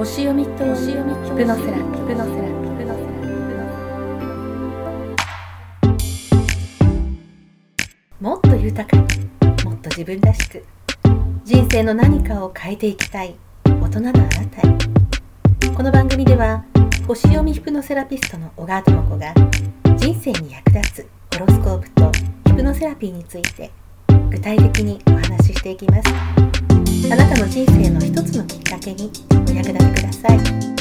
星読みとヒプノセラピー。もっと豊かに、もっと自分らしく、人生の何かを変えていきたい大人のあなたへ。この番組では星読みヒプノセラピストの小川智子が人生に役立つホロスコープとヒプノセラピーについて具体的にお話ししていきます。あなたの人生の一つのきっかけにお役立てください。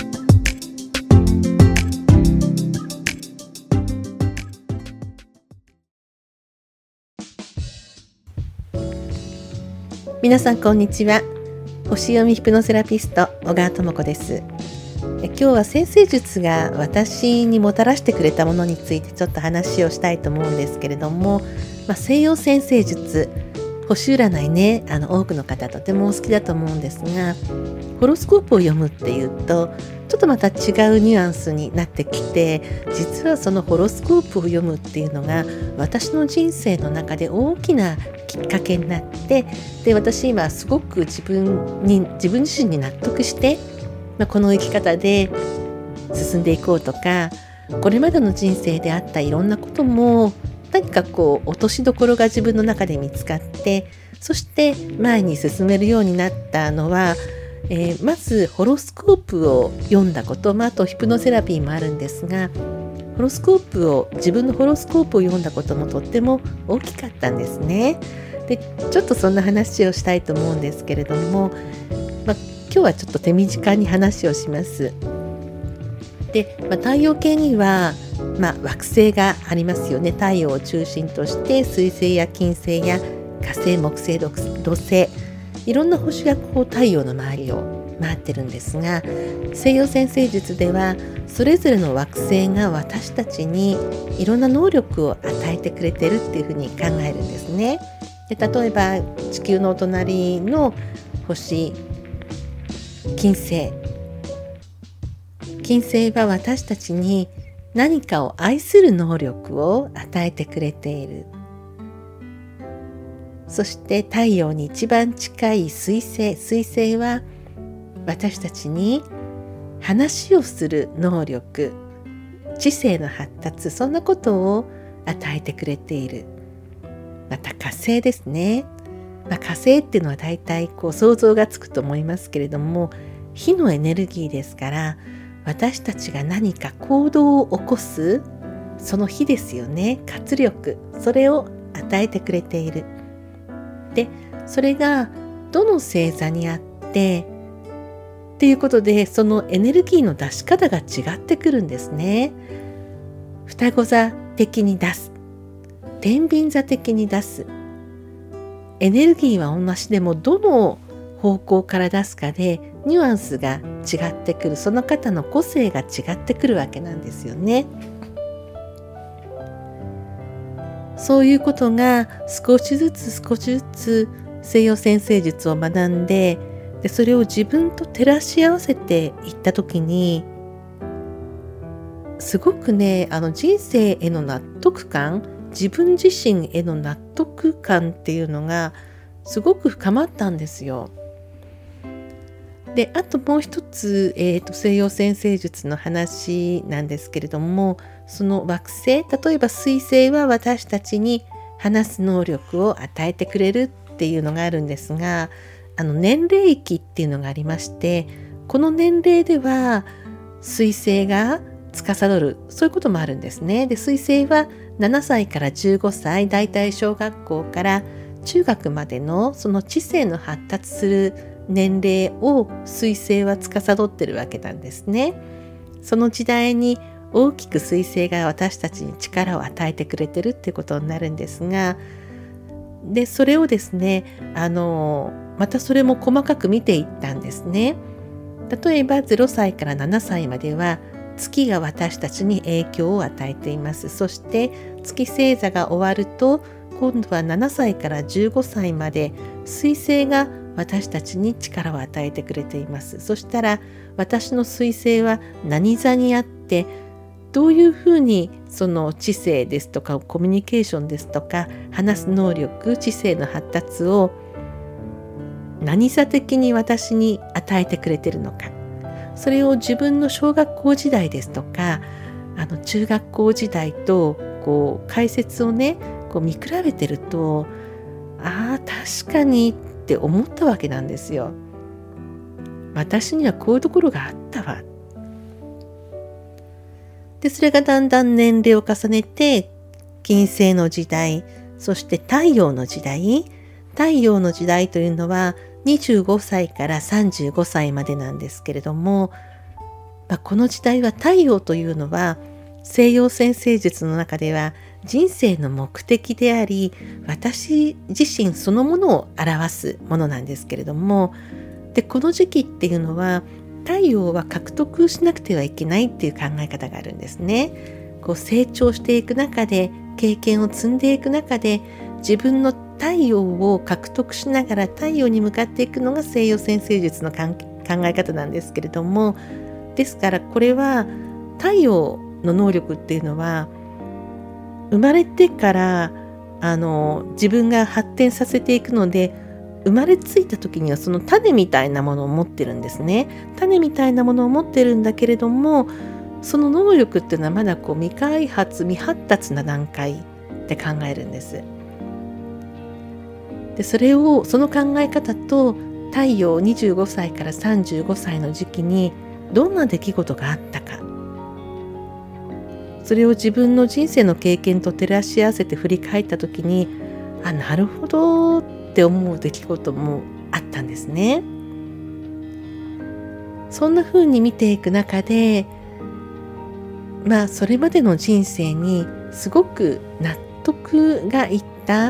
皆さんこんにちは。星読みヒプノセラピスト小川智子です。今日は占星術が私にもたらしてくれたものについてちょっと話をしたいと思うんですけれども、西洋占星術、星占いね、多くの方とてもお好きだと思うんですが、ホロスコープを読むっていうとちょっとまた違うニュアンスになってきて、実はそのホロスコープを読むっていうのが私の人生の中で大きなきっかけになって、で私今すごく自分自身に納得して、この生き方で進んでいこうとか、これまでの人生であったいろんなことも何か落としどころが自分の中で見つかって、そして前に進めるようになったのは、まずホロスコープを読んだこと、あとヒプノセラピーもあるんですが、自分のホロスコープを読んだこともとっても大きかったんですね。でちょっとそんな話をしたいと思うんですけれども、今日はちょっと手短に話をします。で、太陽系には惑星がありますよね。太陽を中心として水星や金星や火星、木星、土星、いろんな星が太陽の周りを回ってるんですが、西洋占星術ではそれぞれの惑星が私たちにいろんな能力を与えてくれてるっていうふうに考えるんですね。で例えば地球のお隣の星金星は私たちに何かを愛する能力を与えてくれている。そして太陽に一番近い水星は私たちに話をする能力、知性の発達、そんなことを与えてくれている。また火星ですね。火星っていうのは大体想像がつくと思いますけれども、火のエネルギーですから、私たちが何か行動を起こすその火ですよね。活力、それを与えてくれている。でそれがどの星座にあってっていうことで、そのエネルギーの出し方が違ってくるんですね。双子座的に出す、天秤座的に出す、エネルギーは同じでもどの方向から出すかでニュアンスが違ってくる。その方の個性が違ってくるわけなんですよね。そういうことが少しずつ西洋占星術を学んで、それを自分と照らし合わせていったときに、すごくね、人生への納得感、自分自身への納得感っていうのがすごく深まったんですよ。であともう一つ、西洋占星術の話なんですけれども、その惑星、例えば水星は私たちに話す能力を与えてくれるっていうのがあるんですが、年齢域っていうのがありまして、この年齢では水星が司る、そういうこともあるんですね。で水星は7歳から15歳、だいたい小学校から中学までのその知性の発達する年齢を水星は司ってるわけなんですね。その時代に大きく水星が私たちに力を与えてくれてるっていうことになるんですが、でそれをですね、またそれも細かく見ていったんですね。例えば0歳から7歳までは月が私たちに影響を与えています。そして月星座が終わると、今度は7歳から15歳まで水星が私たちに力を与えてくれています。そしたら私の水星は何座にあって、どういうふうにその知性ですとかコミュニケーションですとか話す能力、知性の発達を何座的に私に与えてくれているのか、 それを自分の小学校時代ですとか中学校時代と解説をね見比べてると、確かにって思ったわけなんですよ。私にはこういうところがあったわ。でそれがだんだん年齢を重ねて金星の時代、そして太陽の時代というのは25歳から35歳までなんですけれども、この時代は太陽というのは西洋占星術の中では人生の目的であり、私自身そのものを表すものなんですけれども、でこの時期っていうのは太陽は獲得しなくてはいけないっていう考え方があるんですね。成長していく中で、経験を積んでいく中で、自分の太陽を獲得しながら太陽に向かっていくのが西洋占星術の考え方なんですけれども、ですからこれは太陽の能力っていうのは生まれてから自分が発展させていくので、生まれついた時にはその種みたいなものを持ってるんですね。種みたいなものを持ってるんだけれども、その能力っていうのはまだ未開発未発達な段階って考えるんです。でその考え方と太陽25歳から35歳の時期にどんな出来事があったか、それを自分の人生の経験と照らし合わせて振り返った時に、なるほどって思う出来事もあったんですね。そんな風に見ていく中で、それまでの人生にすごく納得がいった、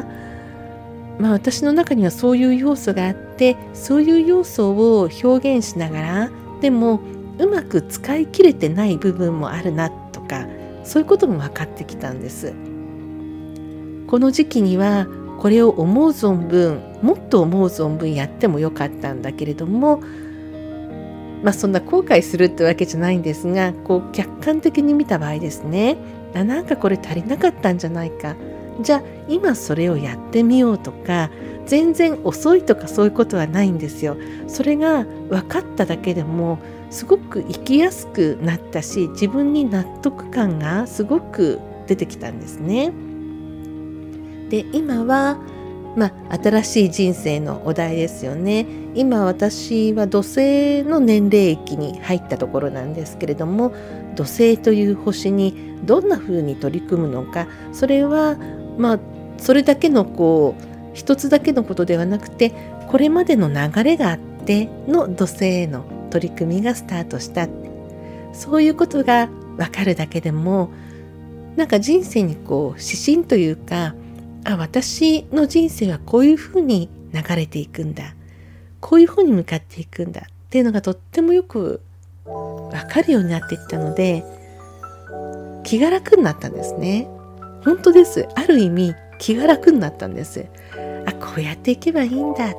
私の中にはそういう要素があって、そういう要素を表現しながら、でもうまく使い切れてない部分もあるなとか、そういうことも分かってきたんです。この時期にはこれを思う存分、もっと思う存分やってもよかったんだけれども、そんな後悔するってわけじゃないんですが、客観的に見た場合ですね、なんかこれ足りなかったんじゃないか、じゃあ今それをやってみようとか、全然遅いとかそういうことはないんですよ。それが分かっただけでもすごく生きやすくなったし、自分に納得感がすごく出てきたんですね。で今は新しい人生のお題ですよね。今私は土星の年齢域に入ったところなんですけれども、土星という星にどんな風に取り組むのか、それはそれだけの一つだけのことではなくて、これまでの流れがあっての土星への取り組みがスタートした、そういうことが分かるだけでも、なんか人生に指針というか、私の人生はこういうふうに流れていくんだ、こういうふうに向かっていくんだっていうのがとってもよく分かるようになっていったので、気が楽になったんですね。本当です。ある意味気が楽になったんです。こうやっていけばいいんだ。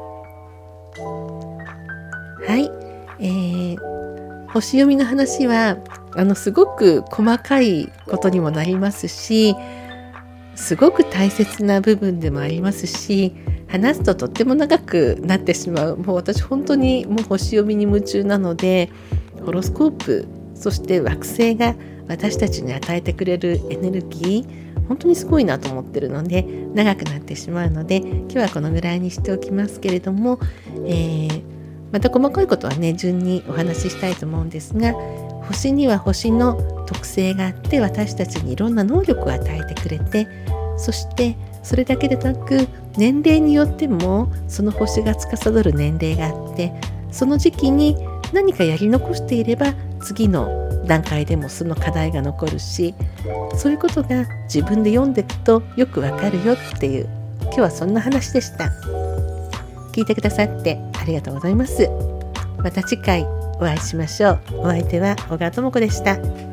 はい、星読みの話はすごく細かいことにもなりますし、すごく大切な部分でもありますし、話すととっても長くなってしまう。もう私本当に星読みに夢中なので、ホロスコープ、そして惑星が私たちに与えてくれるエネルギー、本当にすごいなと思ってるので長くなってしまうので、今日はこのぐらいにしておきますけれども、また細かいことはね順にお話ししたいと思うんですが、星には星の特性があって、私たちにいろんな能力を与えてくれて、そしてそれだけでなく年齢によってもその星が司る年齢があって、その時期に何かやり残していれば次の段階でもその課題が残るし、そういうことが自分で読んでいくとよくわかるよっていう、今日はそんな話でした。聞いてくださってありがとうございます。また次回お会いしましょう。お相手は小川智子でした。